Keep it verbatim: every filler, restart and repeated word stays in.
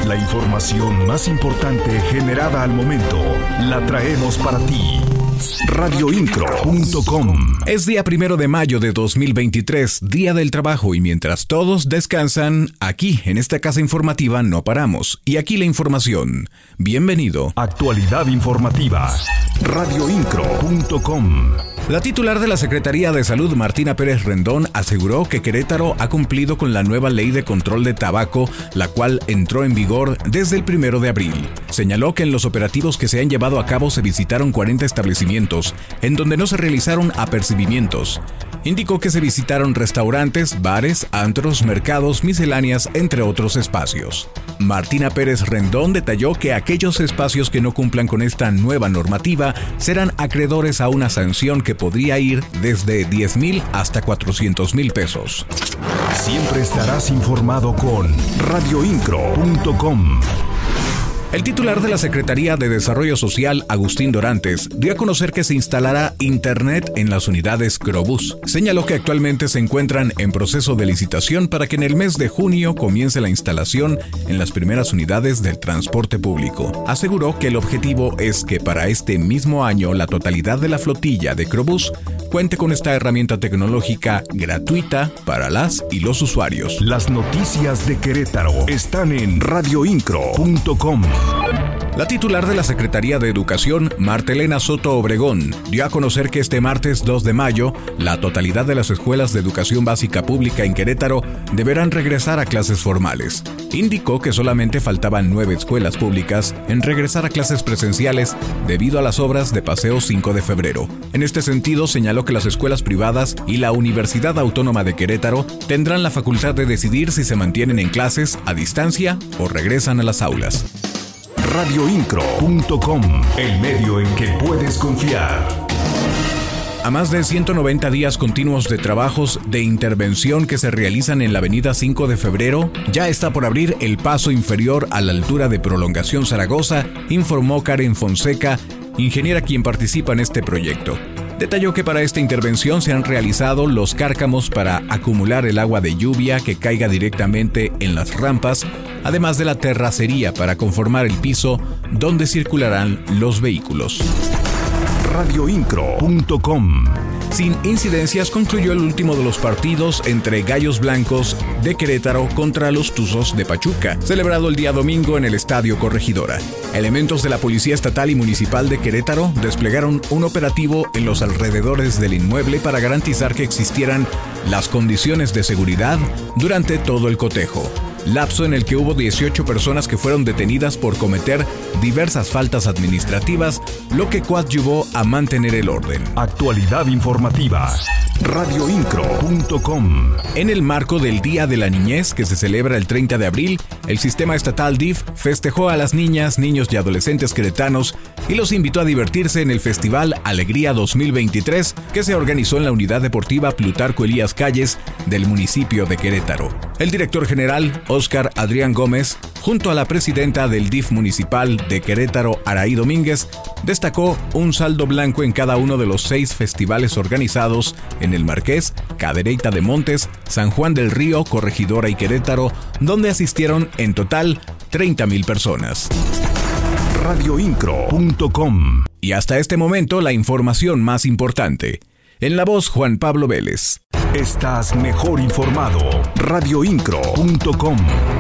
La información más importante generada al momento la traemos para ti. radio incro punto com. Es día primero de mayo de dos mil veintitrés, Día del Trabajo, y mientras todos descansan, aquí en esta casa informativa no paramos. Y aquí la información. Bienvenido. Actualidad informativa. radio incro punto com. La titular de la Secretaría de Salud, Martina Pérez Rendón, aseguró que Querétaro ha cumplido con la nueva ley de control de tabaco, la cual entró en vigor desde el primero de abril. Señaló que en los operativos que se han llevado a cabo se visitaron cuarenta establecimientos, en donde no se realizaron apercibimientos. Indicó que se visitaron restaurantes, bares, antros, mercados, misceláneas, entre otros espacios. Martina Pérez Rendón detalló que aquellos espacios que no cumplan con esta nueva normativa serán acreedores a una sanción que podría ir desde diez mil hasta cuatrocientos mil pesos. Siempre estarás informado con radio incro punto com. El titular de la Secretaría de Desarrollo Social, Agustín Dorantes, dio a conocer que se instalará Internet en las unidades Crobús. Señaló que actualmente se encuentran en proceso de licitación para que en el mes de junio comience la instalación en las primeras unidades del transporte público. Aseguró que el objetivo es que para este mismo año la totalidad de la flotilla de Crobús cuente con esta herramienta tecnológica gratuita para las y los usuarios. Las noticias de Querétaro están en radio incro punto com. La titular de la Secretaría de Educación, Marta Elena Soto Obregón, dio a conocer que este martes dos de mayo, la totalidad de las escuelas de educación básica pública en Querétaro deberán regresar a clases formales. Indicó que solamente faltaban nueve escuelas públicas en regresar a clases presenciales debido a las obras de Paseo cinco de febrero. En este sentido, señaló que las escuelas privadas y la Universidad Autónoma de Querétaro tendrán la facultad de decidir si se mantienen en clases a distancia o regresan a las aulas. radio incro punto com, el medio en que puedes confiar. A más de ciento noventa días continuos de trabajos de intervención que se realizan en la avenida cinco de febrero, ya está por abrir el paso inferior a la altura de Prolongación Zaragoza, informó Karen Fonseca, ingeniera quien participa en este proyecto. Detalló que para esta intervención se han realizado los cárcamos para acumular el agua de lluvia que caiga directamente en las rampas, además de la terracería para conformar el piso donde circularán los vehículos. radio incro punto com. Sin incidencias concluyó el último de los partidos entre Gallos Blancos de Querétaro contra los Tuzos de Pachuca, celebrado el día domingo en el Estadio Corregidora. Elementos de la Policía Estatal y Municipal de Querétaro desplegaron un operativo en los alrededores del inmueble para garantizar que existieran las condiciones de seguridad durante todo el cotejo. Lapso en el que hubo dieciocho personas que fueron detenidas por cometer diversas faltas administrativas, lo que coadyuvó a mantener el orden. Actualidad informativa. radio incro punto com. En el marco del Día de la Niñez, que se celebra el treinta de abril, el sistema estatal D I F festejó a las niñas, niños y adolescentes queretanos y los invitó a divertirse en el Festival Alegría dos mil veintitrés, que se organizó en la Unidad Deportiva Plutarco Elías Calles del municipio de Querétaro. El director general, Óscar Adrián Gómez, junto a la presidenta del D I F municipal de Querétaro, Araí Domínguez, destacó un saldo blanco en cada uno de los seis festivales organizados en El Marqués, Cadereyta de Montes, San Juan del Río, Corregidora y Querétaro, donde asistieron en total treinta mil personas. radio incro punto com. Y hasta este momento la información más importante. En la voz, Juan Pablo Vélez. Estás mejor informado. radio incro punto com.